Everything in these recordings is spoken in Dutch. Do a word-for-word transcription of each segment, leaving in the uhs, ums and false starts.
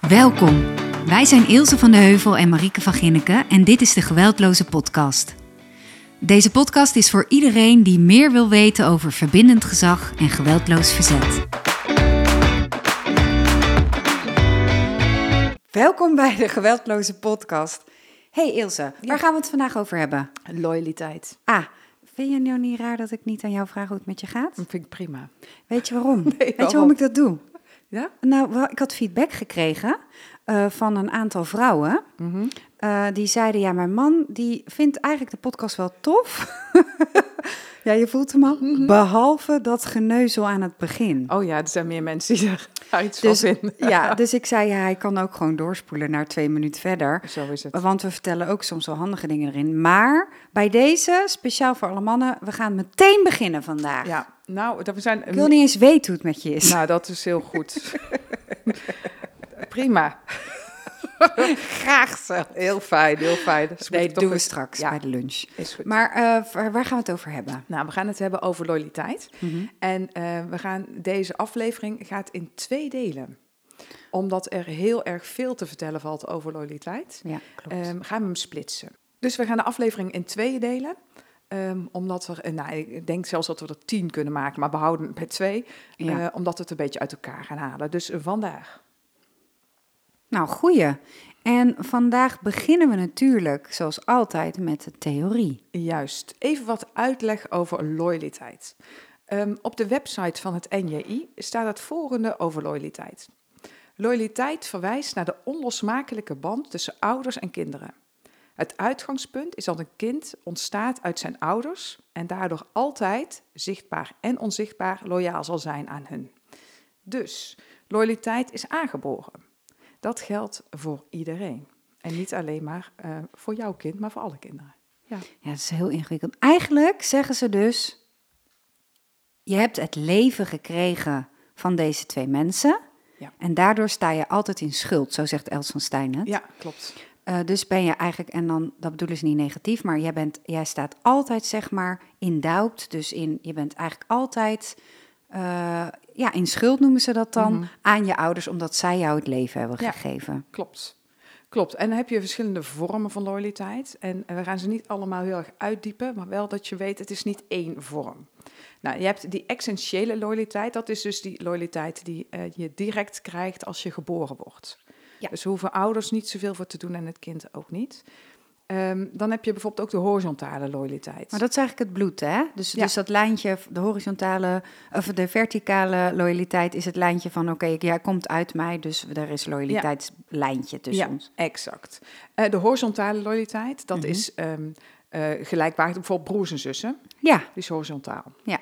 Welkom. Wij zijn Ilse van de Heuvel en Marieke van Ginneken en dit is de Geweldloze Podcast. Deze podcast is voor iedereen die meer wil weten over verbindend gezag en geweldloos verzet. Welkom bij de Geweldloze Podcast. Hey Ilse, waar gaan we het vandaag over hebben? Loyaliteit. Ah, vind je nou niet raar dat ik niet aan jou vraag hoe het met je gaat? Dat vind ik prima. Weet je waarom? Nee, Weet je waarom? waarom ik dat doe? Ja? Nou, wel, ik had feedback gekregen uh, van een aantal vrouwen. Mm-hmm. Uh, die zeiden, ja, mijn man die vindt eigenlijk de podcast wel tof. Ja, je voelt hem al. Mm-hmm. Behalve dat geneuzel aan het begin. Oh ja, er zijn meer mensen die er iets dus, van vinden. Ja, dus ik zei, ja, hij kan ook gewoon doorspoelen naar twee minuten verder. Zo is het. Want we vertellen ook soms wel handige dingen erin. Maar bij deze, speciaal voor alle mannen, we gaan meteen beginnen vandaag. Ja, nou, dat we zijn... Ik wil niet eens weten hoe het met je is. Nou, dat is heel goed. Prima. Graag zo. Heel fijn, heel fijn. Dus nee, dat doen we eens... straks ja, bij de lunch. Is goed. Maar uh, waar gaan we het over hebben? Nou, we gaan het hebben over loyaliteit. Mm-hmm. En uh, we gaan, deze aflevering gaat in twee delen. Omdat er heel erg veel te vertellen valt over loyaliteit, ja, klopt. Um, gaan we hem splitsen. Dus we gaan de aflevering in tweeën delen. Um, omdat we, nou, ik denk zelfs dat we er tien kunnen maken, maar behouden bij twee. Ja. Uh, omdat we het een beetje uit elkaar gaan halen. Dus uh, vandaag. Nou, goeie. En vandaag beginnen we natuurlijk, zoals altijd, met de theorie. Juist. Even wat uitleg over loyaliteit. Um, op de website van het N J I staat het volgende over loyaliteit. Loyaliteit verwijst naar de onlosmakelijke band tussen ouders en kinderen. Het uitgangspunt is dat een kind ontstaat uit zijn ouders en daardoor altijd, zichtbaar en onzichtbaar, loyaal zal zijn aan hun. Dus, loyaliteit is aangeboren. Dat geldt voor iedereen. En niet alleen maar uh, voor jouw kind, maar voor alle kinderen. Ja. Ja, dat is heel ingewikkeld. Eigenlijk zeggen ze dus, je hebt het leven gekregen van deze twee mensen. Ja. En daardoor sta je altijd in schuld, zo zegt Els van Steijn het. Ja, klopt. Uh, dus ben je eigenlijk, en dan, dat bedoelen ze niet negatief, maar jij, bent, jij staat altijd, zeg maar, in doubt. Dus in, je bent eigenlijk altijd, uh, ja, in schuld noemen ze dat dan, mm-hmm. aan je ouders, omdat zij jou het leven hebben ja, gegeven. Klopt. Klopt. En dan heb je verschillende vormen van loyaliteit. En we gaan ze niet allemaal heel erg uitdiepen, maar wel dat je weet, het is niet één vorm. Nou, je hebt die essentiële loyaliteit, dat is dus die loyaliteit die uh, je direct krijgt als je geboren wordt. Ja. Dus hoeven ouders niet zoveel voor te doen en het kind ook niet. Um, dan heb je bijvoorbeeld ook de horizontale loyaliteit. Maar dat is eigenlijk het bloed, hè? Dus, ja. dus dat lijntje, de horizontale, of de verticale loyaliteit is het lijntje van, oké, okay, jij komt uit mij, dus er is loyaliteitslijntje tussen ja, ons. Exact. Uh, de horizontale loyaliteit, dat mm-hmm. is um, uh, gelijkwaardig, bijvoorbeeld broers en zussen. Ja. Die is horizontaal. Ja.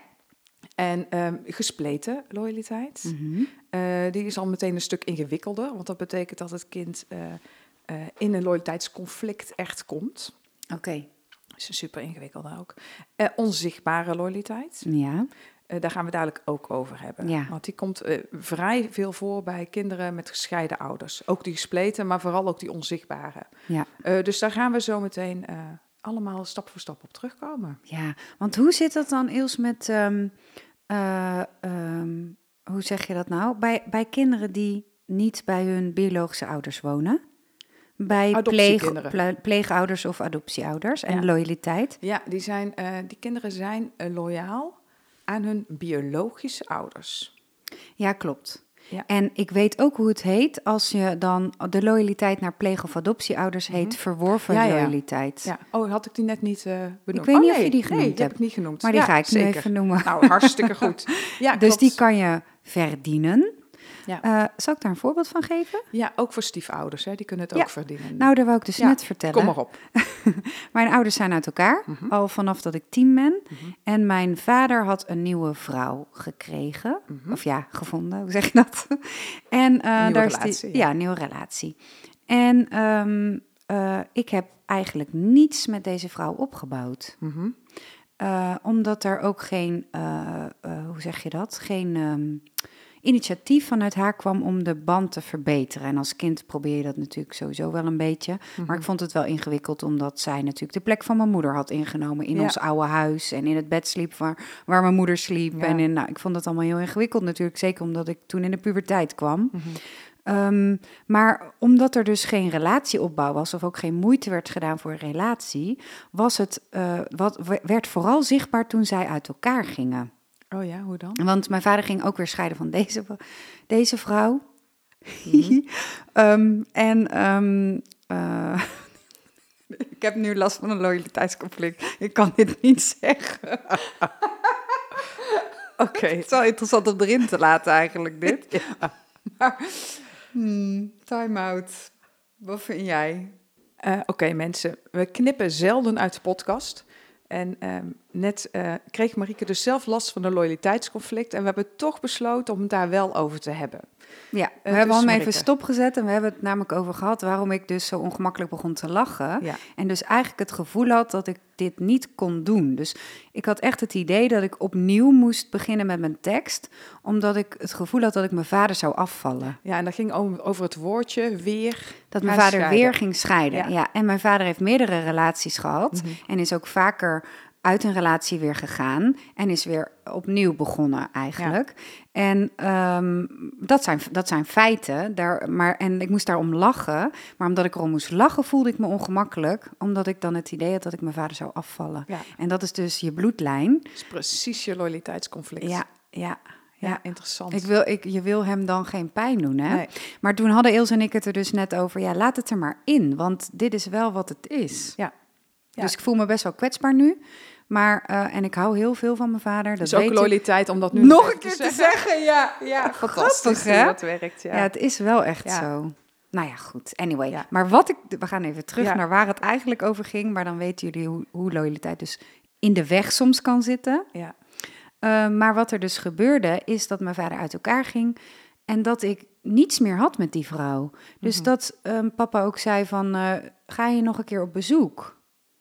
En um, gespleten loyaliteit, mm-hmm. uh, die is al meteen een stuk ingewikkelder, want dat betekent dat het kind uh, uh, in een loyaliteitsconflict echt komt. Oké. Okay. Dat is super ingewikkeld ook. Uh, onzichtbare loyaliteit. Ja. Uh, daar gaan we dadelijk ook over hebben. Ja. Want die komt uh, vrij veel voor bij kinderen met gescheiden ouders. Ook die gespleten, maar vooral ook die onzichtbare. Ja. Uh, dus daar gaan we zo meteen uh, allemaal stap voor stap op terugkomen. Ja, want hoe zit dat dan, Ils, met, um, uh, um, hoe zeg je dat nou? Bij, bij kinderen die niet bij hun biologische ouders wonen? Bij pleeg, ple, pleegouders of adoptieouders en ja. loyaliteit? Ja, die, zijn, uh, die kinderen zijn uh, loyaal aan hun biologische ouders. Ja, klopt. Ja. En ik weet ook hoe het heet als je dan de loyaliteit naar pleeg- of adoptieouders heet mm-hmm. verworven ja, ja. loyaliteit. Ja. Oh, had ik die net niet uh, benoemd? Ik weet oh, niet nee, of je die genoemd nee, hebt. die heb ik niet genoemd. Maar die ja, ga ik zeker. nu even noemen. Nou, hartstikke goed. Ja, dus klopt. die kan je verdienen. Ja. Uh, zal ik daar een voorbeeld van geven? Ja, ook voor stiefouders, hè? Die kunnen het ja. ook verdienen. Nou, dat wou ik dus ja, net vertellen. Kom maar op. Mijn ouders zijn uit elkaar, mm-hmm. al vanaf dat ik tien ben. Mm-hmm. En mijn vader had een nieuwe vrouw gekregen. Mm-hmm. Of ja, gevonden, hoe zeg je dat? en, uh, nieuwe daar relatie. Is die, ja. ja, een nieuwe relatie. En um, uh, ik heb eigenlijk niets met deze vrouw opgebouwd. Mm-hmm. Uh, omdat er ook geen, uh, uh, hoe zeg je dat? Geen... Um, initiatief vanuit haar kwam om de band te verbeteren. En als kind probeer je dat natuurlijk sowieso wel een beetje. Mm-hmm. Maar ik vond het wel ingewikkeld, omdat zij natuurlijk de plek van mijn moeder had ingenomen in ja. ons oude huis. En in het bed sliep waar, waar mijn moeder sliep. Ja. En in, nou, ik vond het allemaal heel ingewikkeld natuurlijk. Zeker omdat ik toen in de puberteit kwam. Mm-hmm. Um, maar omdat er dus geen relatieopbouw was of ook geen moeite werd gedaan voor een relatie, was het, uh, wat, werd vooral zichtbaar toen zij uit elkaar gingen. Oh ja, hoe dan? Want mijn vader ging ook weer scheiden van deze, deze vrouw. Mm-hmm. um, en um, uh, ik heb nu last van een loyaliteitsconflict. Ik kan dit niet zeggen. Oké. Okay. Het is wel interessant om erin te laten eigenlijk, dit. Ja. Maar, hmm, time out. Wat vind jij? Uh, Oké, okay, mensen. We knippen zelden uit de podcast. En um, net uh, kreeg Marieke dus zelf last van een loyaliteitsconflict. En we hebben toch besloten om het daar wel over te hebben. Ja, we uh, hebben dus hem even stopgezet en we hebben het namelijk over gehad waarom ik dus zo ongemakkelijk begon te lachen. Ja. En dus eigenlijk het gevoel had dat ik dit niet kon doen. Dus ik had echt het idee dat ik opnieuw moest beginnen met mijn tekst, omdat ik het gevoel had dat ik mijn vader zou afvallen. Ja, en dat ging over het woordje weer. Dat mijn vader scheiden. weer ging scheiden. Ja. ja, en mijn vader heeft meerdere relaties gehad mm-hmm. en is ook vaker uit een relatie weer gegaan en is weer opnieuw begonnen eigenlijk. Ja. En um, dat, zijn, dat zijn feiten, daar, maar, en ik moest daarom lachen. Maar omdat ik erom moest lachen, voelde ik me ongemakkelijk, omdat ik dan het idee had dat ik mijn vader zou afvallen. Ja. En dat is dus je bloedlijn. Dat is precies je loyaliteitsconflict. Ja, ja. Ja, ja, interessant. Ik wil, ik, je wil hem dan geen pijn doen, hè? Nee. Maar toen hadden Ilse en ik het er dus net over, ja, laat het er maar in, want dit is wel wat het is. Ja. Ja. Dus ik voel me best wel kwetsbaar nu. Maar, uh, en ik hou heel veel van mijn vader. Dat is ook weet loyaliteit om dat nu nog een keer te zeggen. te zeggen. Ja, ja, fantastisch hè? Dat werkt, ja. Ja, het is wel echt ja. zo. Nou ja, goed. Anyway. Ja. Maar wat ik... We gaan even terug ja. naar waar het eigenlijk over ging. Maar dan weten jullie hoe, hoe loyaliteit dus in de weg soms kan zitten. Ja. Uh, maar wat er dus gebeurde, is dat mijn vader uit elkaar ging. En dat ik niets meer had met die vrouw. Dus mm-hmm. dat um, papa ook zei van, uh, ga je nog een keer op bezoek?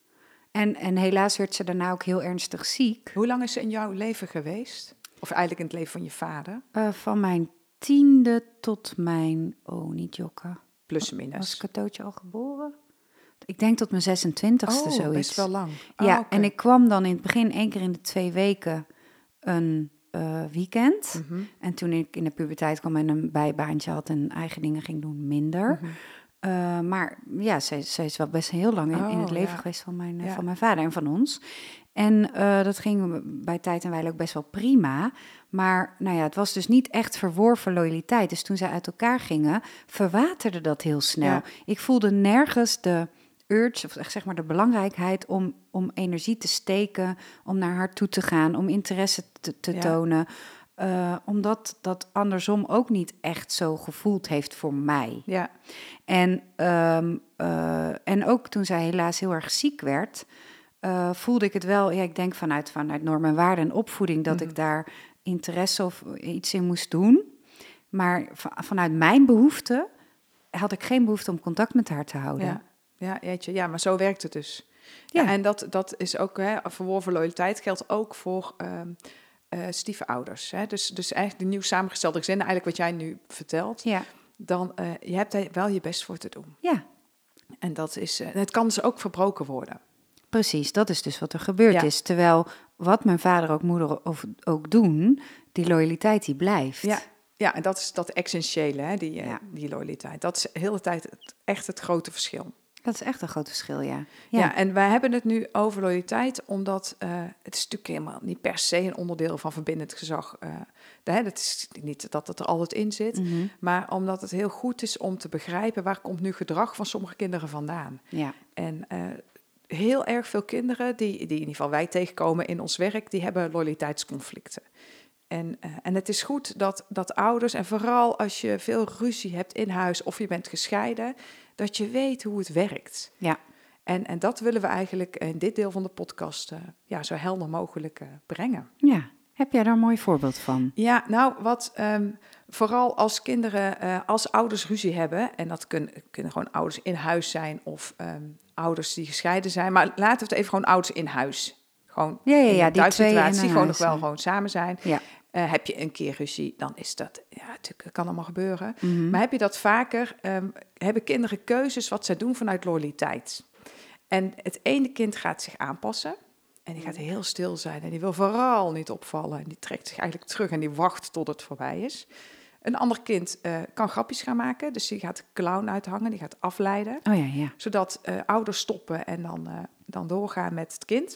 En, en helaas werd ze daarna ook heel ernstig ziek. Hoe lang is ze in jouw leven geweest? Of eigenlijk in het leven van je vader? Uh, van mijn tiende tot mijn... Oh, niet jokken. Plus minus. Was Katootje al geboren? Ik denk tot mijn zesentwintigste oh, zoiets. Best wel lang. Oh, ja, okay. En ik kwam dan in het begin één keer in de twee weken een uh, weekend. Mm-hmm. En toen ik in de puberteit kwam en een bijbaantje had en eigen dingen ging doen, minder. Mm-hmm. Uh, maar ja, zij, zij is wel best heel lang in, oh, in het leven ja. geweest van mijn, ja. van mijn vader en van ons. En uh, dat ging bij tijd en wijle ook best wel prima. Maar nou ja, het was dus niet echt verworven loyaliteit. Dus toen zij uit elkaar gingen, verwaterde dat heel snel. Ja. Ik voelde nergens de urge, of zeg maar de belangrijkheid om, om energie te steken, om naar haar toe te gaan, om interesse te, te ja. tonen. Uh, omdat dat andersom ook niet echt zo gevoeld heeft voor mij. Ja. En, um, uh, en ook toen zij helaas heel erg ziek werd, uh, voelde ik het wel, ja, ik denk vanuit, vanuit normen en waarden en opvoeding, dat mm-hmm. ik daar interesse of iets in moest doen. Maar v- vanuit mijn behoefte had ik geen behoefte om contact met haar te houden. Ja, ja, jeetje, ja, maar zo werkt het dus. Ja. Ja, en dat, dat is ook, hè, verworven loyaliteit geldt ook voor Um, Uh, stiefouders. Hè? Dus, dus eigenlijk de nieuw samengestelde gezinnen, eigenlijk wat jij nu vertelt, ja. dan uh, je hebt daar wel je best voor te doen. Ja. En dat is, uh, het kan dus ook verbroken worden. Precies, dat is dus wat er gebeurd ja. is. Terwijl wat mijn vader ook moeder of, ook doen, die loyaliteit die blijft. Ja, ja en dat is dat essentiële, hè? Die, uh, ja. die loyaliteit. Dat is de hele tijd het, echt het grote verschil. Dat is echt een groot verschil, ja. Ja, ja en wij hebben het nu over loyaliteit, omdat uh, het is natuurlijk helemaal niet per se een onderdeel van verbindend gezag. Uh, hè, dat is niet dat het er altijd in zit, mm-hmm. maar omdat het heel goed is om te begrijpen waar komt nu gedrag van sommige kinderen vandaan. Ja. En uh, heel erg veel kinderen, die, die in ieder geval wij tegenkomen in ons werk, die hebben loyaliteitsconflicten. En, uh, en het is goed dat, dat ouders, en vooral als je veel ruzie hebt in huis of je bent gescheiden, dat je weet hoe het werkt. Ja. En, en dat willen we eigenlijk in dit deel van de podcast uh, ja, zo helder mogelijk uh, brengen. Ja, heb jij daar een mooi voorbeeld van? Ja, nou, wat um, vooral als kinderen, uh, als ouders ruzie hebben, en dat kunnen, kunnen gewoon ouders in huis zijn of um, ouders die gescheiden zijn, maar laten we het even gewoon ouders in huis. Gewoon ja, ja, ja, in een die twee situatie, in gewoon huis, nog wel ja. gewoon samen zijn. Ja. Uh, heb je een keer ruzie, dan is dat, ja, natuurlijk, dat kan allemaal gebeuren. Mm-hmm. Maar heb je dat vaker, um, hebben kinderen keuzes wat zij doen vanuit loyaliteit. En het ene kind gaat zich aanpassen en die gaat heel stil zijn en die wil vooral niet opvallen. En die trekt zich eigenlijk terug en die wacht tot het voorbij is. Een ander kind uh, kan grapjes gaan maken. Dus die gaat de clown uithangen, die gaat afleiden. Oh ja, ja. Zodat uh, ouders stoppen en dan, uh, dan doorgaan met het kind.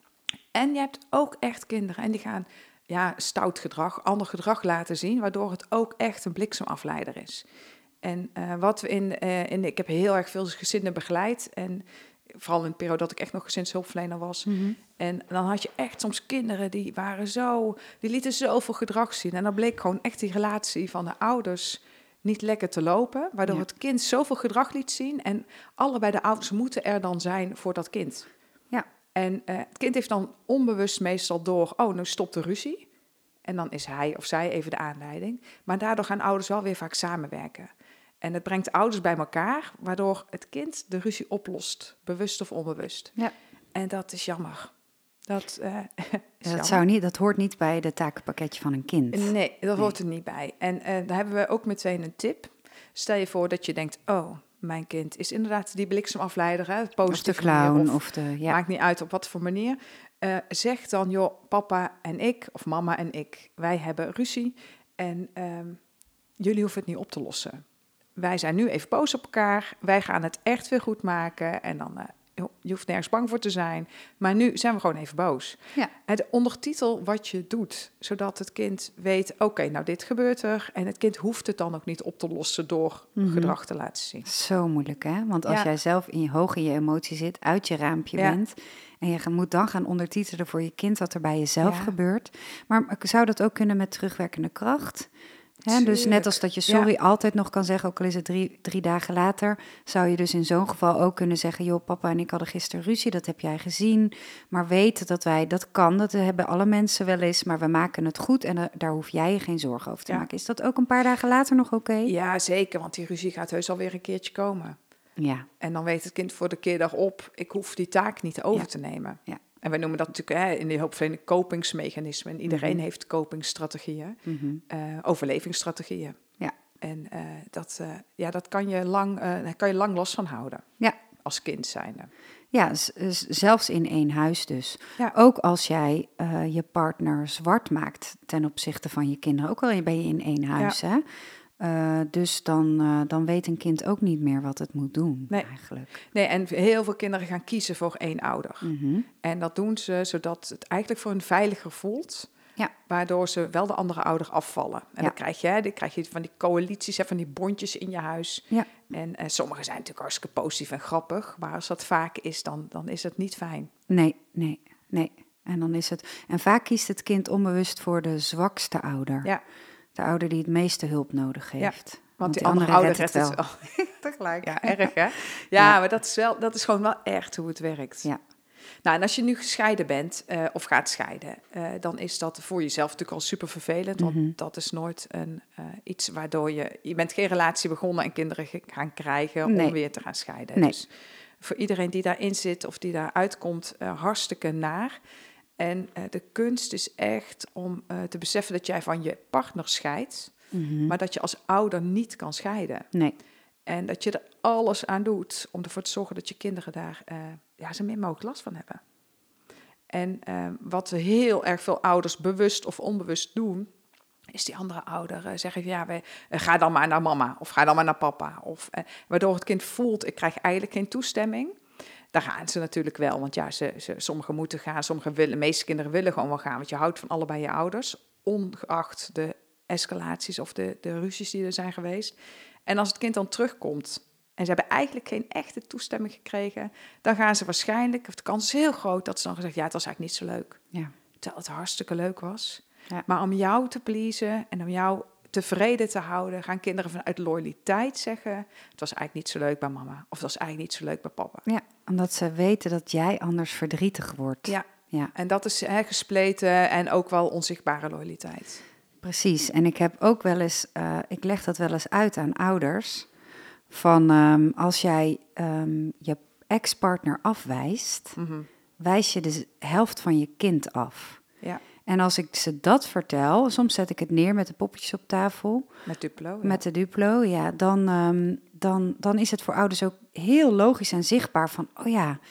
En je hebt ook echt kinderen en die gaan ja, stout gedrag, ander gedrag laten zien, waardoor het ook echt een bliksemafleider is. En uh, wat we in, uh, in, ik heb heel erg veel gezinnen begeleid en vooral in de periode dat ik echt nog gezinshulpverlener was. Mm-hmm. En dan had je echt soms kinderen die waren zo, die lieten zoveel gedrag zien. En dan bleek gewoon echt die relatie van de ouders niet lekker te lopen, waardoor ja. het kind zoveel gedrag liet zien. En allebei de ouders moeten er dan zijn voor dat kind. Ja. En uh, het kind heeft dan onbewust meestal door, oh, nu stopt de ruzie. En dan is hij of zij even de aanleiding. Maar daardoor gaan ouders wel weer vaak samenwerken. En het brengt ouders bij elkaar, waardoor het kind de ruzie oplost, bewust of onbewust. Ja. En dat is jammer. Dat, uh, is dat, jammer. Zou niet, dat hoort niet bij het takenpakketje van een kind. Nee, dat nee. hoort er niet bij. En uh, daar hebben we ook meteen een tip. Stel je voor dat je denkt, oh, mijn kind is inderdaad die bliksemafleider, hè, positief of de clown, manier, of, of de, ja. maakt niet uit op wat voor manier. Uh, zeg dan, joh, papa en ik, of mama en ik, wij hebben ruzie en um, jullie hoeven het niet op te lossen. Wij zijn nu even boos op elkaar, wij gaan het echt weer goed maken en dan, uh, joh, je hoeft nergens bang voor te zijn, maar nu zijn we gewoon even boos. Ja. En ondertitel wat je doet, zodat het kind weet, oké, okay, nou dit gebeurt er en het kind hoeft het dan ook niet op te lossen door mm-hmm. gedrag te laten zien. Zo moeilijk, hè? Want als ja. jij zelf in je, hoog in je emotie zit, uit je raampje ja. bent en je moet dan gaan ondertitelen voor je kind wat er bij jezelf ja. gebeurt. Maar zou dat ook kunnen met terugwerkende kracht? Hè? Dus net als dat je sorry ja. altijd nog kan zeggen, ook al is het drie, drie dagen later, zou je dus in zo'n geval ook kunnen zeggen, joh, papa en ik hadden gisteren ruzie, dat heb jij gezien. Maar weten dat wij, dat kan, dat hebben alle mensen wel eens, maar we maken het goed en uh, daar hoef jij je geen zorgen over te ja. maken. Is dat ook een paar dagen later nog oké? Okay? Ja, zeker, want die ruzie gaat heus alweer een keertje komen. Ja. En dan weet het kind voor de keer daarop, ik hoef die taak niet over ja. te nemen. Ja. En wij noemen dat natuurlijk hè, in de hulpverlening kopingsmechanismen. En iedereen mm-hmm. heeft kopingsstrategieën, mm-hmm. uh, overlevingsstrategieën. Ja. En uh, dat, uh, ja, dat kan je lang, uh, daar kan je lang last van houden. Ja. Als kind zijnde. Ja, z- z- zelfs in één huis dus. Ja. Ook als jij uh, je partner zwart maakt ten opzichte van je kinderen. Ook al ben je in één huis, ja. hè. Uh, dus dan, uh, dan weet een kind ook niet meer wat het moet doen, nee. eigenlijk. Nee, en heel veel kinderen gaan kiezen voor één ouder. Mm-hmm. En dat doen ze zodat het eigenlijk voor hun veiliger voelt. Ja. Waardoor ze wel de andere ouder afvallen. En ja. dan krijg je, dan krijg je van die coalities, hè, van die bondjes in je huis. Ja. En uh, sommige zijn natuurlijk hartstikke positief en grappig. Maar als dat vaak is, dan, dan is het niet fijn. Nee, nee, nee. En dan is het. En vaak kiest het kind onbewust voor de zwakste ouder. Ja. De ouder die het meeste hulp nodig heeft. Ja, want, want die, die andere, andere ouder redt het wel. wel. Tegelijk. Ja, erg hè? Ja, ja, maar dat is, wel, dat is gewoon wel echt hoe het werkt. Ja. Nou, en als je nu gescheiden bent uh, of gaat scheiden, uh, dan is dat voor jezelf natuurlijk al super vervelend. Want mm-hmm. dat is nooit een, uh, iets waardoor je... Je bent geen relatie begonnen en kinderen gaan krijgen nee. om weer te gaan scheiden. Nee. Dus voor iedereen die daarin zit of die daar uitkomt, uh, hartstikke naar. En uh, de kunst is echt om uh, te beseffen dat jij van je partner scheidt, mm-hmm. maar dat je als ouder niet kan scheiden. Nee. En dat je er alles aan doet om ervoor te zorgen dat je kinderen daar uh, ja, zo min mogelijk last van hebben. En uh, wat heel erg veel ouders bewust of onbewust doen, is die andere ouder uh, zeggen, ja, wij, uh, ga dan maar naar mama of ga dan maar naar papa. Of, uh, waardoor het kind voelt, ik krijg eigenlijk geen toestemming. Daar gaan ze natuurlijk wel, want ja, ze, ze, sommigen moeten gaan, sommigen willen, de meeste kinderen willen gewoon wel gaan, want je houdt van allebei je ouders, ongeacht de escalaties of de, de ruzies die er zijn geweest. En als het kind dan terugkomt en ze hebben eigenlijk geen echte toestemming gekregen, dan gaan ze waarschijnlijk, of de kans is heel groot, dat ze dan gezegd, ja, het was eigenlijk niet zo leuk. Ja. Terwijl het hartstikke leuk was. Ja. Maar om jou te pleasen en om jou tevreden te houden, gaan kinderen vanuit loyaliteit zeggen, het was eigenlijk niet zo leuk bij mama, of het was eigenlijk niet zo leuk bij papa. Ja, omdat ze weten dat jij anders verdrietig wordt. Ja, ja. En dat is hè, gespleten en ook wel onzichtbare loyaliteit. Precies, en ik heb ook wel eens, uh, ik leg dat wel eens uit aan ouders, van um, als jij um, je ex-partner afwijst, Mm-hmm. wijs je de helft van je kind af. Ja. En als ik ze dat vertel, soms zet ik het neer met de poppetjes op tafel. Met Duplo. Ja. Met de Duplo, ja. Dan, um, dan, dan is het voor ouders ook heel logisch en zichtbaar van, oh ja,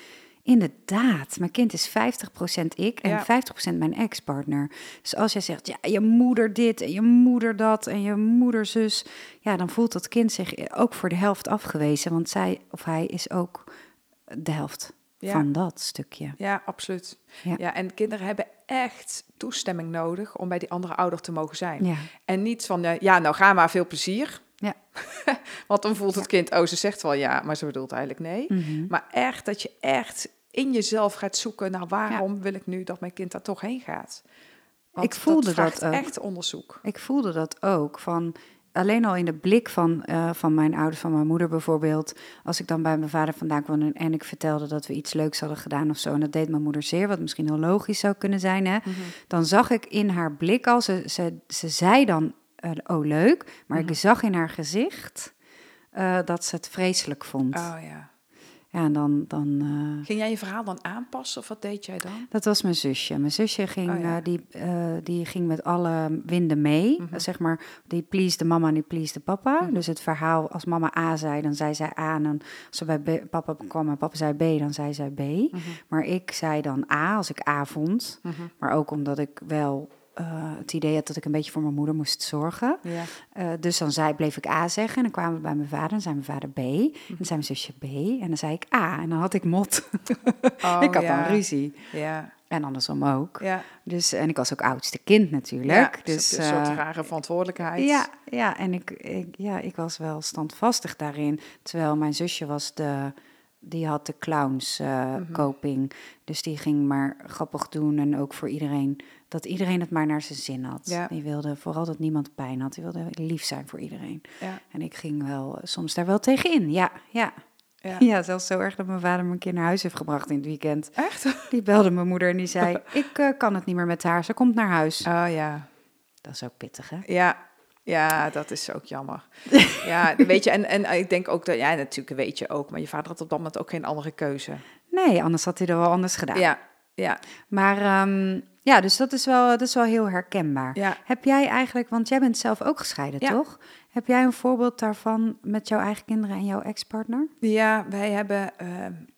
inderdaad, mijn kind is vijftig procent ik en Ja. vijftig procent mijn ex-partner. Dus als jij zegt, ja, je moeder dit en je moeder dat en je moeder zus, ja, dan voelt dat kind zich ook voor de helft afgewezen, want zij of hij is ook de helft Ja. van dat stukje. Ja, absoluut. Ja. Ja, en kinderen hebben echt toestemming nodig om bij die andere ouder te mogen zijn. Ja. En niet van, eh, ja, nou ga maar, veel plezier. Ja. Want dan voelt het Ja. kind, oh, ze zegt wel ja, maar ze bedoelt eigenlijk nee. Mhm. Maar echt dat je echt in jezelf gaat zoeken, nou waarom wil ik nu dat mijn kind daar toch heen gaat? Want Ik voelde dat vraagt dat ook. echt onderzoek. Ik voelde dat ook, van alleen al in de blik van, eh, van mijn ouders, van mijn moeder bijvoorbeeld. Als ik dan bij mijn vader vandaan kwam en, en ik vertelde dat we iets leuks hadden gedaan of zo. En dat deed mijn moeder zeer, wat misschien heel logisch zou kunnen zijn. Hè? Mm-hmm. Dan zag ik in haar blik al, ze, ze, ze zei dan, uh, oh leuk. Maar Mm-hmm. ik zag in haar gezicht uh, dat ze het vreselijk vond. Oh ja. Ja, en dan... dan uh, Ging jij je verhaal dan aanpassen of wat deed jij dan? Dat was mijn zusje. Mijn zusje ging, oh, ja. uh, die, uh, die ging met alle winden mee. Mm-hmm. Zeg maar, die please de mama en die please de papa. Mm-hmm. Dus het verhaal, als mama A zei, dan zei zij A. En dan, als ze bij B, papa kwam en papa zei B, dan zei zij B. Mm-hmm. Maar ik zei dan A, als ik A vond. Mm-hmm. Maar ook omdat ik wel... Uh, het idee had dat ik een beetje voor mijn moeder moest zorgen. Ja. Uh, dus dan zei, bleef ik A zeggen. En dan kwamen we bij mijn vader en zei mijn vader B. Mm-hmm. En dan zei mijn zusje B. En dan zei ik A. En dan had ik mot. Oh, ik had ja. dan ruzie. Ja. En andersom ook. Ja. Dus, en ik was ook oudste kind natuurlijk. Ja, dus een uh, soort rare verantwoordelijkheid. Ja, ja en ik, ik, ja, ik was wel standvastig daarin. Terwijl mijn zusje was de... Die had de clowns uh, mm-hmm. coping. Dus die ging maar grappig doen. En ook voor iedereen... Dat iedereen het maar naar zijn zin had. Ja. Die wilde vooral dat niemand pijn had. Die wilde lief zijn voor iedereen. Ja. En ik ging wel soms daar wel tegenin. Ja, ja. Ja. ja, zelfs zo erg dat mijn vader me een keer naar huis heeft gebracht in het weekend. Echt? Die belde mijn moeder en die zei... ik uh, kan het niet meer met haar, ze komt naar huis. Oh ja. Dat is ook pittig, hè? Ja, ja, dat is ook jammer. Ja, weet je, en, en ik denk ook dat... Ja, natuurlijk weet je ook, maar je vader had op dat moment ook geen andere keuze. Nee, anders had hij er wel anders gedaan. Ja, ja. Maar um, ja, dus dat is, wel, dat is wel heel herkenbaar. Ja. Heb jij eigenlijk, want jij bent zelf ook gescheiden, ja. toch? Heb jij een voorbeeld daarvan met jouw eigen kinderen en jouw ex-partner? Ja, wij hebben... Uh,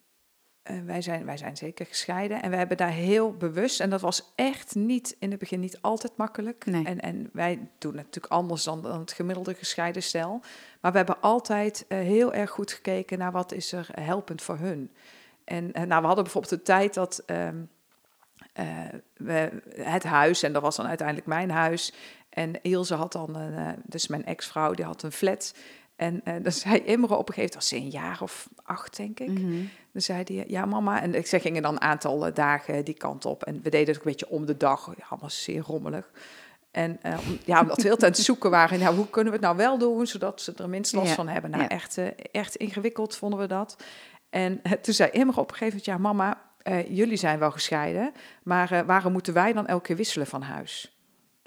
uh, wij, zijn, wij zijn zeker gescheiden en we hebben daar heel bewust... En dat was echt niet, in het begin niet altijd makkelijk. Nee. En, en wij doen het natuurlijk anders dan, dan het gemiddelde gescheiden stel. Maar we hebben altijd uh, heel erg goed gekeken naar wat is er helpend voor hun. En uh, nou, we hadden bijvoorbeeld de tijd dat... Um, Uh, we, het huis, en dat was dan uiteindelijk mijn huis. En Ilse had dan, een, uh, dus mijn ex-vrouw, die had een flat. En uh, dan zei Imre op een gegeven moment, was ze een jaar of acht, denk ik. Mm-hmm. Dan zei hij, ja mama, en ik zeg, gingen dan een aantal uh, dagen die kant op. En we deden het ook een beetje om de dag, ja, allemaal zeer rommelig. En uh, ja, omdat we heel tijd aan het zoeken waren, ja, hoe kunnen we het nou wel doen, zodat ze er minst last ja. van hebben. Nou, ja. echt, uh, echt ingewikkeld vonden we dat. En uh, toen zei Imre op een gegeven moment, ja mama... Uh, jullie zijn wel gescheiden, maar uh, waarom moeten wij dan elke keer wisselen van huis?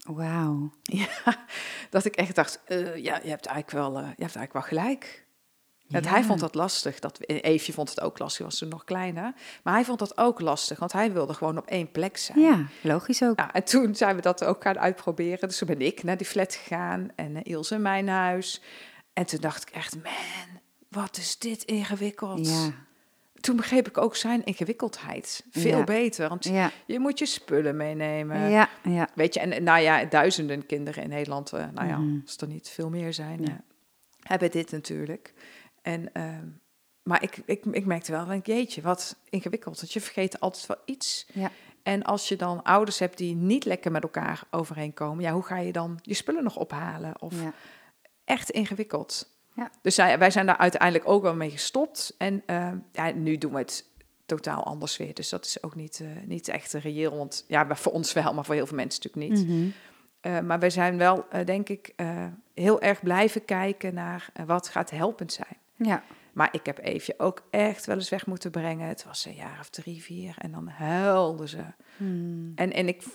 Wauw. Ja, dat ik echt dacht, uh, ja, je hebt eigenlijk wel, uh, je hebt eigenlijk wel gelijk. Ja. Hij vond dat lastig. Dat, Eefje vond het ook lastig, was toen nog kleiner. Maar hij vond dat ook lastig, want hij wilde gewoon op één plek zijn. Ja, logisch ook. Ja, en toen zijn we dat ook gaan uitproberen. Dus toen ben ik naar die flat gegaan en uh, Ilse in mijn huis. En toen dacht ik echt, man, wat is dit ingewikkeld. Ja. Toen begreep ik ook zijn ingewikkeldheid veel ja. beter. Want ja. je moet je spullen meenemen. Ja, ja. Weet je, en nou ja, duizenden kinderen in Nederland, uh, nou ja, mm. als er niet veel meer zijn, ja. uh, hebben dit natuurlijk. En, uh, maar ik, ik, ik merkte wel, denk, jeetje, wat ingewikkeld. Want je vergeet altijd wel iets. Ja. En als je dan ouders hebt die niet lekker met elkaar overeenkomen, ja, hoe ga je dan je spullen nog ophalen? Of ja. echt ingewikkeld. Ja. Dus wij, wij zijn daar uiteindelijk ook wel mee gestopt. En uh, ja, nu doen we het totaal anders weer. Dus dat is ook niet, uh, niet echt reëel. Want ja, voor ons wel, maar voor heel veel mensen natuurlijk niet. Mm-hmm. Uh, maar wij zijn wel, uh, denk ik, uh, heel erg blijven kijken naar uh, wat gaat helpend zijn. Ja. Maar ik heb Eefje ook echt wel eens weg moeten brengen. Het was een jaar of drie, vier. En dan huilde ze. Mm. En, en ik,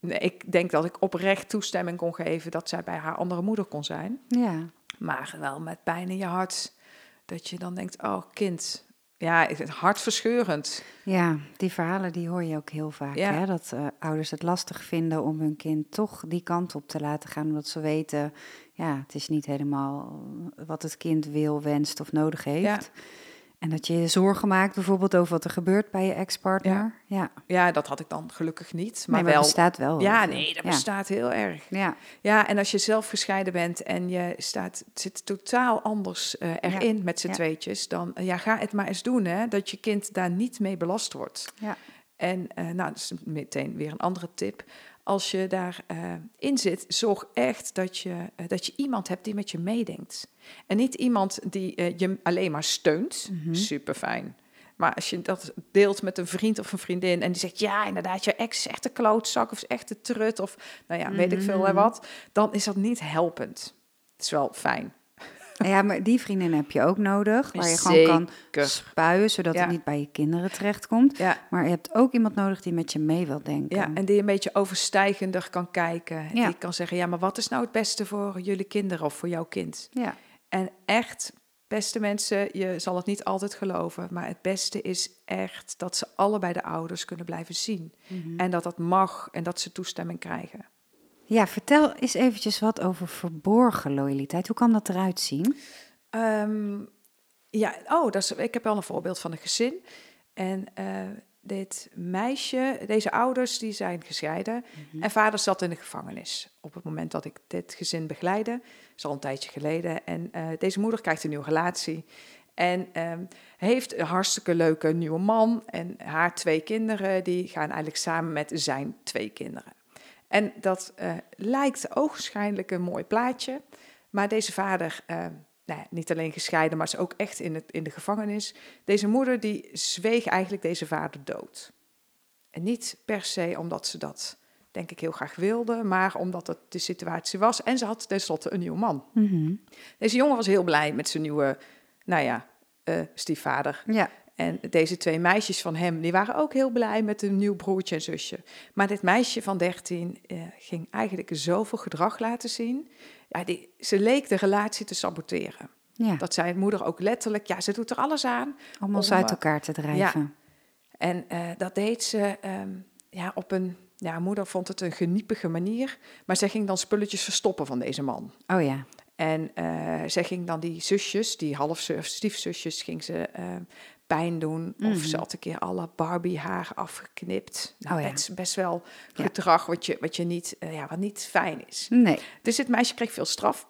ik denk dat ik oprecht toestemming kon geven dat zij bij haar andere moeder kon zijn. Ja. Maar wel met pijn in je hart. Dat je dan denkt, oh kind, ja, het is hartverscheurend. Ja, die verhalen die hoor je ook heel vaak. Ja. Hè? Dat uh, ouders het lastig vinden om hun kind toch die kant op te laten gaan. Omdat ze weten, ja, het is niet helemaal wat het kind wil, wenst of nodig heeft. Ja. En dat je je zorgen maakt bijvoorbeeld over wat er gebeurt bij je ex-partner. Ja, ja. Ja, dat had ik dan gelukkig niet. Maar, Nee, maar wel, het bestaat wel. Ja, Of, nee, dat ja. bestaat heel erg. Ja. Ja, en als je zelf gescheiden bent en je staat, zit totaal anders uh, erin ja. met z'n ja. tweetjes, dan uh, ja, ga het maar eens doen, hè, dat je kind daar niet mee belast wordt. Ja. En uh, nou, dat is meteen weer een andere tip. Als je daarin uh, in zit, zorg echt dat je, uh, dat je iemand hebt die met je meedenkt. En niet iemand die uh, je alleen maar steunt. Mm-hmm. Super fijn. Maar als je dat deelt met een vriend of een vriendin en die zegt, ja, inderdaad, je ex is echt een klootzak of is echt een trut of, nou ja, mm-hmm. weet ik veel en wat, dan is dat niet helpend. Het is wel fijn. Ja, maar die vriendin heb je ook nodig, waar je Zeker. gewoon kan spuien, zodat ja. het niet bij je kinderen terechtkomt. Ja. Maar je hebt ook iemand nodig die met je mee wil denken. Ja, en die een beetje overstijgender kan kijken. Ja. Die kan zeggen, ja, maar wat is nou het beste voor jullie kinderen of voor jouw kind? Ja. En echt, beste mensen, je zal het niet altijd geloven, maar het beste is echt dat ze allebei de ouders kunnen blijven zien. Mm-hmm. En dat dat mag en dat ze toestemming krijgen. Ja, vertel eens eventjes wat over verborgen loyaliteit. Hoe kan dat eruit zien? Um, ja, oh, dat is, ik heb wel een voorbeeld van een gezin. En uh, dit meisje, deze ouders, die zijn gescheiden. Mm-hmm. En vader zat in de gevangenis op het moment dat ik dit gezin begeleidde. Dat is al een tijdje geleden. En uh, deze moeder krijgt een nieuwe relatie. En um, heeft een hartstikke leuke nieuwe man. En haar twee kinderen, die gaan eigenlijk samen met zijn twee kinderen. En dat uh, lijkt ogenschijnlijk een mooi plaatje. Maar deze vader, uh, nou ja, niet alleen gescheiden, maar is ook echt in, het, in de gevangenis. Deze moeder die zweeg eigenlijk deze vader dood. En niet per se omdat ze dat, denk ik, heel graag wilde, maar omdat het de situatie was. En ze had tenslotte een nieuwe man. Mm-hmm. Deze jongen was heel blij met zijn nieuwe, nou ja, uh, stiefvader. Ja. En deze twee meisjes van hem, die waren ook heel blij met een nieuw broertje en zusje. Maar dit meisje van dertien uh, ging eigenlijk zoveel gedrag laten zien. Ja, die, ze leek de relatie te saboteren. Ja. Dat zei de moeder ook letterlijk. Ja, ze doet er alles aan. Om ons om, uit elkaar te drijven. Ja. En uh, dat deed ze um, ja, op een... Ja, moeder vond het een geniepige manier. Maar zij ging dan spulletjes verstoppen van deze man. Oh ja. En uh, zij ging dan die zusjes, die half stiefzusjes, ging ze uh, pijn doen. Mm. Of ze had een keer alle Barbie haar afgeknipt. Nou, oh ja. best, best wel gedrag ja. wat, je, wat, je niet, uh, ja, wat niet fijn is. Nee. Dus dit meisje kreeg veel straf.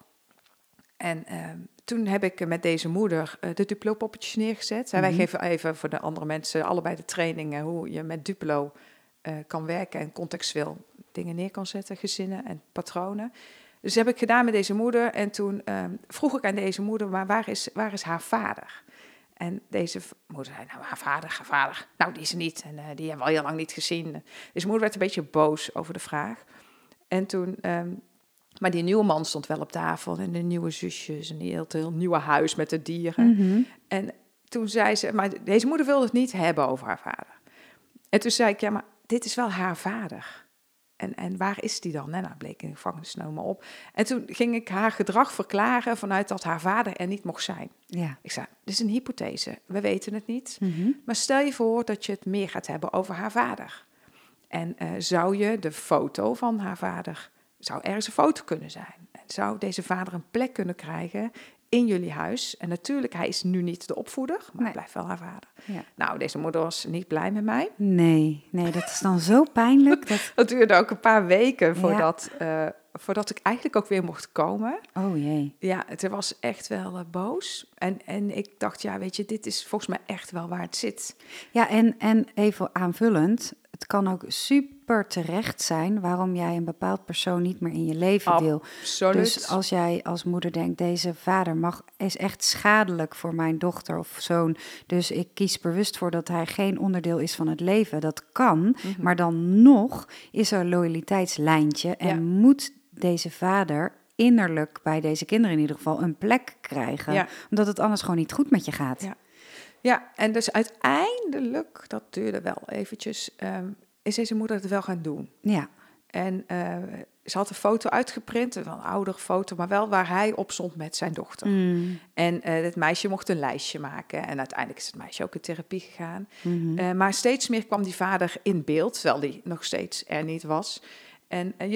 En uh, toen heb ik met deze moeder uh, de Duplo-poppetjes neergezet. Mm-hmm. Wij geven even voor de andere mensen allebei de trainingen hoe je met Duplo uh, kan werken en contextueel dingen neer kan zetten, gezinnen en patronen. Dus dat heb ik gedaan met deze moeder. En toen uh, vroeg ik aan deze moeder, maar waar is, waar is haar vader? En deze moeder zei, nou, haar vader, haar vader. Nou, die is er niet. En uh, die hebben we al heel lang niet gezien. Deze moeder werd een beetje boos over de vraag. En toen, um, maar die nieuwe man stond wel op tafel. En de nieuwe zusjes. En die heel, heel nieuwe huis met de dieren. Mm-hmm. En toen zei ze, maar deze moeder wilde het niet hebben over haar vader. En toen zei ik, ja, maar dit is wel haar vader. En, en waar is die dan? En nou, bleek in de gevangenis nou maar op. En toen ging ik haar gedrag verklaren vanuit dat haar vader er niet mocht zijn. Ja. Ik zei, dit is een hypothese, we weten het niet. Mm-hmm. Maar stel je voor dat je het meer gaat hebben over haar vader. En uh, zou je de foto van haar vader, zou ergens een foto kunnen zijn? En zou deze vader een plek kunnen krijgen in jullie huis? En natuurlijk, hij is nu niet de opvoeder, maar nee. hij blijft wel haar vader. Ja. Nou, deze moeder was niet blij met mij. Nee, nee, dat is dan zo pijnlijk. Dat, dat duurde ook een paar weken voordat, ja. uh, voordat ik eigenlijk ook weer mocht komen. Oh jee. Ja, het was echt wel uh, boos. En, en ik dacht, ja, weet je, dit is volgens mij echt wel waar het zit. Ja, en, en even aanvullend, het kan ook super terecht zijn waarom jij een bepaald persoon niet meer in je leven wil. Absoluut. Dus als jij als moeder denkt, deze vader mag, is echt schadelijk voor mijn dochter of zoon, dus ik kies bewust voor dat hij geen onderdeel is van het leven. Dat kan, mm-hmm. maar dan nog is er een loyaliteitslijntje en ja. moet deze vader innerlijk bij deze kinderen in ieder geval een plek krijgen, ja. omdat het anders gewoon niet goed met je gaat. Ja. Ja, en dus uiteindelijk, dat duurde wel eventjes, um, is deze moeder het wel gaan doen. Ja. En uh, ze had een foto uitgeprint, een oudere foto, maar wel waar hij op stond met zijn dochter. Mm. En uh, het meisje mocht een lijstje maken. En uiteindelijk is het meisje ook in therapie gegaan. Mm-hmm. Uh, maar steeds meer kwam die vader in beeld, terwijl die nog steeds er niet was. En uh, je zag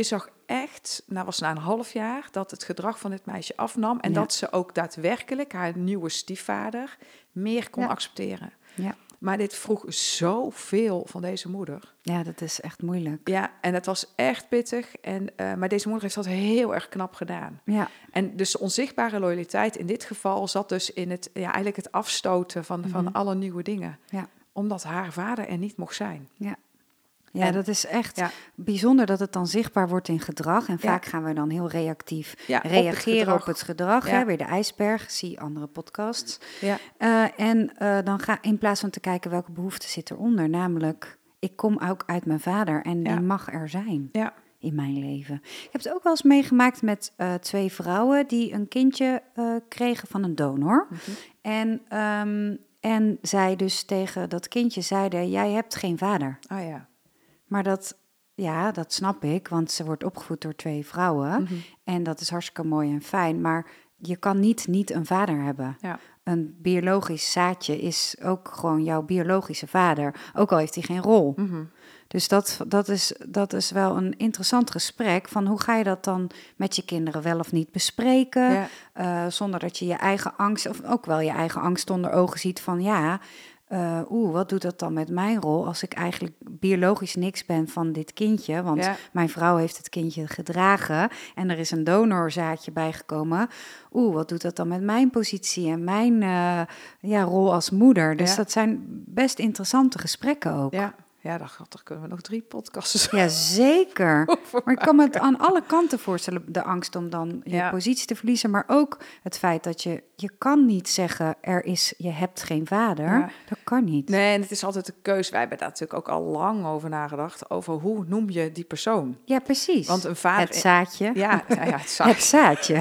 echt, nou was na een half jaar, dat het gedrag van dit meisje afnam. En Ja. dat ze ook daadwerkelijk haar nieuwe stiefvader meer kon Ja. accepteren. Ja. Maar dit vroeg zoveel van deze moeder. Ja, dat is echt moeilijk. Ja, en het was echt pittig. En, uh, maar deze moeder heeft dat heel erg knap gedaan. Ja. En dus de onzichtbare loyaliteit in dit geval zat dus in het, ja, eigenlijk het afstoten van, mm-hmm. van alle nieuwe dingen. Ja. Omdat haar vader er niet mocht zijn. Ja. Ja, en, dat is echt ja. bijzonder dat het dan zichtbaar wordt in gedrag. En vaak ja. gaan we dan heel reactief ja, reageren op het gedrag. Op het gedrag ja. hè, weer de ijsberg, zie andere podcasts. Ja. Uh, en uh, dan ga in plaats van te kijken welke behoefte zit eronder, namelijk ik kom ook uit mijn vader en ja. die mag er zijn. Ja. In mijn leven. Ik heb het ook wel eens meegemaakt met uh, twee vrouwen die een kindje uh, kregen van een donor. Mm-hmm. En, um, en zij dus tegen dat kindje zeiden, jij hebt geen vader. Ah ja. Maar dat, ja, dat snap ik, want ze wordt opgevoed door twee vrouwen. Mm-hmm. En dat is hartstikke mooi en fijn. Maar je kan niet niet een vader hebben. Ja. Een biologisch zaadje is ook gewoon jouw biologische vader. Ook al heeft hij geen rol. Mm-hmm. Dus dat, dat, is, dat is wel een interessant gesprek. Van hoe ga je dat dan met je kinderen wel of niet bespreken? Ja. Uh, zonder dat je je eigen angst, of ook wel je eigen angst onder ogen ziet van ja... Uh, Oeh, wat doet dat dan met mijn rol als ik eigenlijk biologisch niks ben van dit kindje? Want ja. mijn vrouw heeft het kindje gedragen en er is een donorzaadje bijgekomen. Oeh, wat doet dat dan met mijn positie en mijn uh, ja, rol als moeder? Dus ja. dat zijn best interessante gesprekken ook. Ja. Ja, daar, daar kunnen we nog drie podcasts Ja, zeker. Maar ik kan me het aan alle kanten voorstellen, de angst om dan je ja. positie te verliezen, maar ook het feit dat je, je kan niet zeggen, er is, je hebt geen vader. Ja. Dat kan niet. Nee, en het is altijd een keus. Wij hebben daar natuurlijk ook al lang over nagedacht, over hoe noem je die persoon. Ja, precies. Want een vader... Het zaadje. Ja, ja, ja het zaadje. Het zaadje.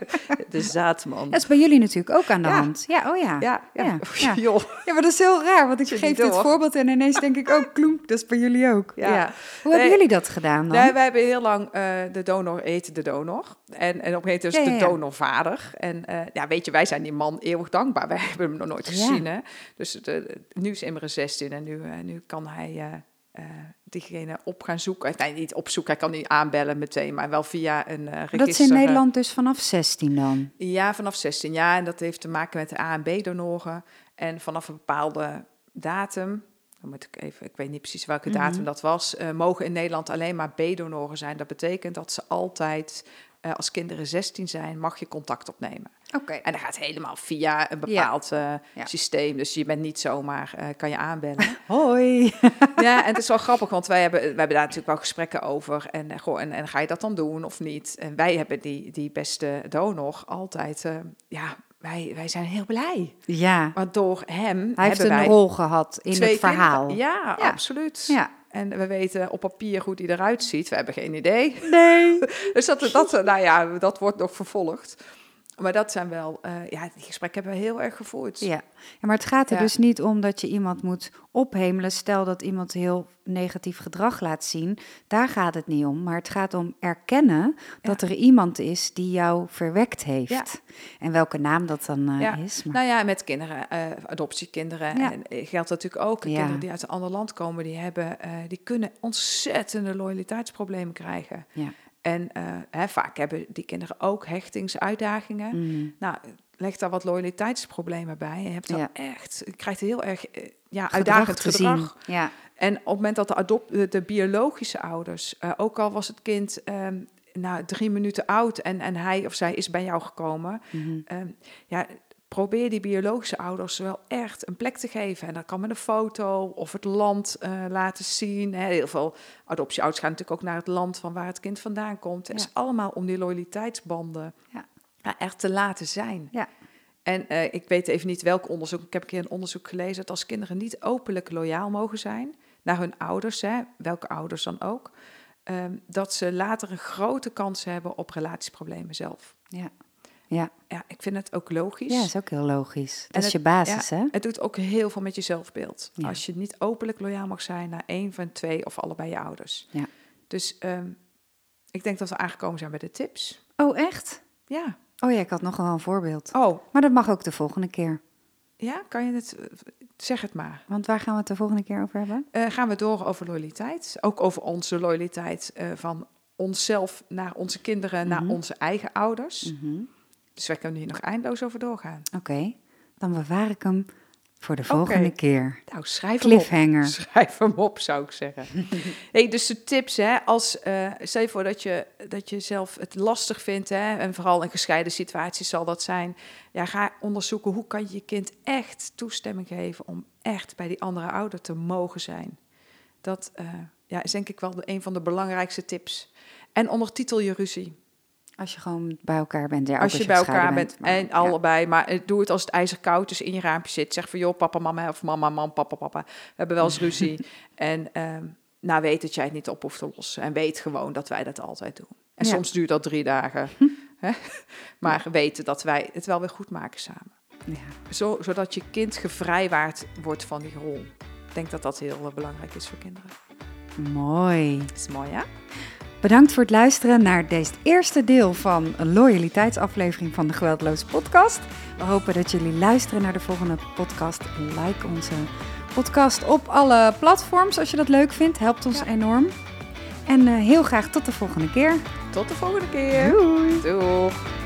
De zaadman. Dat is bij jullie natuurlijk ook aan de ja. hand. Ja, oh ja. Ja, ja. Ja. Ja. Ja. ja, maar dat is heel raar, want ik geef dit voorbeeld en ineens denk ik, oh, kloek, dat is bij jullie ook. Ja. Ja. Hoe hebben nee, jullie dat gedaan dan? Nee, wij hebben heel lang uh, de donor eten de donor. En, en op een gegeven moment dus ja, ja, ja. de donorvader. En uh, ja, weet je, wij zijn die man eeuwig dankbaar. Wij hebben hem nog nooit gezien, ja. hè. Dus de, nu is Imre zestien en nu, uh, nu kan hij uh, uh, diegene op gaan zoeken. Nee, niet opzoeken, hij kan niet aanbellen meteen, maar wel via een uh, register. Dat is in Nederland dus vanaf zestien dan? Ja, vanaf zestien jaar. En dat heeft te maken met de A en B-donoren. En vanaf een bepaalde datum... Dan moet ik even, ik weet niet precies welke datum mm-hmm. dat was, uh, mogen in Nederland alleen maar B-donoren zijn. Dat betekent dat ze altijd, uh, als kinderen zestien zijn, mag je contact opnemen. Okay. En dat gaat helemaal via een bepaald ja. Uh, ja. systeem. Dus je bent niet zomaar, uh, kan je aanbellen. Hoi! Ja, en het is wel grappig, want wij hebben, wij hebben daar natuurlijk wel gesprekken over. En, uh, goh, en, en ga je dat dan doen of niet? En wij hebben die, die beste donor altijd, uh, ja... Wij, wij zijn heel blij. Ja. Want door hem Hij heeft een wij rol gehad in het verhaal. Ja, ja, absoluut. Ja. En we weten op papier hoe die eruit ziet. We hebben geen idee. Nee. Dus dat, dat, nou ja, dat wordt nog vervolgd. Maar dat zijn wel, uh, ja, die gesprekken hebben we heel erg gevoerd. Ja, ja maar het gaat er ja. dus niet om dat je iemand moet ophemelen. Stel dat iemand heel negatief gedrag laat zien. Daar gaat het niet om. Maar het gaat om erkennen dat ja. er iemand is die jou verwekt heeft. Ja. En welke naam dat dan uh, ja. is. Maar... Nou ja, met kinderen, uh, adoptiekinderen. Ja. En geldt natuurlijk ook. Ja. Kinderen die uit een ander land komen, die, hebben, uh, die kunnen ontzettende loyaliteitsproblemen krijgen. Ja. En uh, hè, vaak hebben die kinderen ook hechtingsuitdagingen. Mm. Nou, leg daar wat loyaliteitsproblemen bij. Je hebt dan ja. echt, je krijgt heel erg uh, ja, gedrag uitdagend gedrag. Ja. En op het moment dat de, adop- de, de biologische ouders, uh, ook al was het kind um, nou, drie minuten oud en, en hij of zij is bij jou gekomen, Mm-hmm. um, ja, probeer die biologische ouders wel echt een plek te geven. En dat kan met een foto of het land uh, laten zien. Hè. Heel veel adoptieouders gaan natuurlijk ook naar het land van waar het kind vandaan komt. Het ja. is allemaal om die loyaliteitsbanden ja. Ja, er te laten zijn. Ja. En uh, ik weet even niet welk onderzoek. Ik heb een keer een onderzoek gelezen dat als kinderen niet openlijk loyaal mogen zijn naar hun ouders, hè, welke ouders dan ook, um, dat ze later een grote kans hebben op relatieproblemen zelf. Ja. Ja. Ja, ik vind het ook logisch. Ja, dat is ook heel logisch. Dat en is het, je basis, ja, hè? Het doet ook heel veel met je zelfbeeld. Ja. Als je niet openlijk loyaal mag zijn naar één van twee of allebei je ouders. Ja. Dus um, ik denk dat we aangekomen zijn bij de tips. Oh, echt? Ja. Oh ja, ik had nog wel een voorbeeld. Oh. Maar dat mag ook de volgende keer. Ja, kan je het... Zeg het maar. Want waar gaan we het de volgende keer over hebben? Uh, gaan we door over loyaliteit. Ook over onze loyaliteit uh, van onszelf naar onze kinderen, naar Mhm. onze eigen ouders. Mhm. Dus wij kunnen hier nog eindeloos over doorgaan. Oké, dan bewaar ik hem voor de volgende Oké. keer. Nou, schrijf hem op. Cliffhanger. Schrijf hem op, zou ik zeggen. Hey, dus de tips, hè, als, eh, stel je voor dat je, dat je zelf het lastig vindt, hè, en vooral in gescheiden situaties zal dat zijn. Ja, ga onderzoeken hoe kan je je kind echt toestemming geven om echt bij die andere ouder te mogen zijn. Dat uh, ja, is denk ik wel de, een van de belangrijkste tips. En ondertitel je ruzie. Als je gewoon bij elkaar bent. Ja, ook als je bij elkaar bent, bent maar, en ja. allebei. Maar doe het als het ijzer koud is in je raampje zit. Zeg van, joh, papa, mama, of mama, mam, papa, papa. We hebben wel eens ruzie. en um, nou, weet dat jij het niet op hoeft te lossen. En weet gewoon dat wij dat altijd doen. En Ja. soms duurt dat drie dagen. Hè? Maar weten dat wij het wel weer goed maken samen. Ja. Zo, zodat je kind gevrijwaard wordt van die rol. Ik denk dat dat heel uh, belangrijk is voor kinderen. Mooi. Dat is mooi, ja? Bedankt voor het luisteren naar deze eerste deel van een loyaliteitsaflevering van de Geweldloze podcast. We hopen dat jullie luisteren naar de volgende podcast. Like onze podcast op alle platforms als je dat leuk vindt. Helpt ons ja. enorm. En uh, heel graag tot de volgende keer. Tot de volgende keer. Doei. Doeg.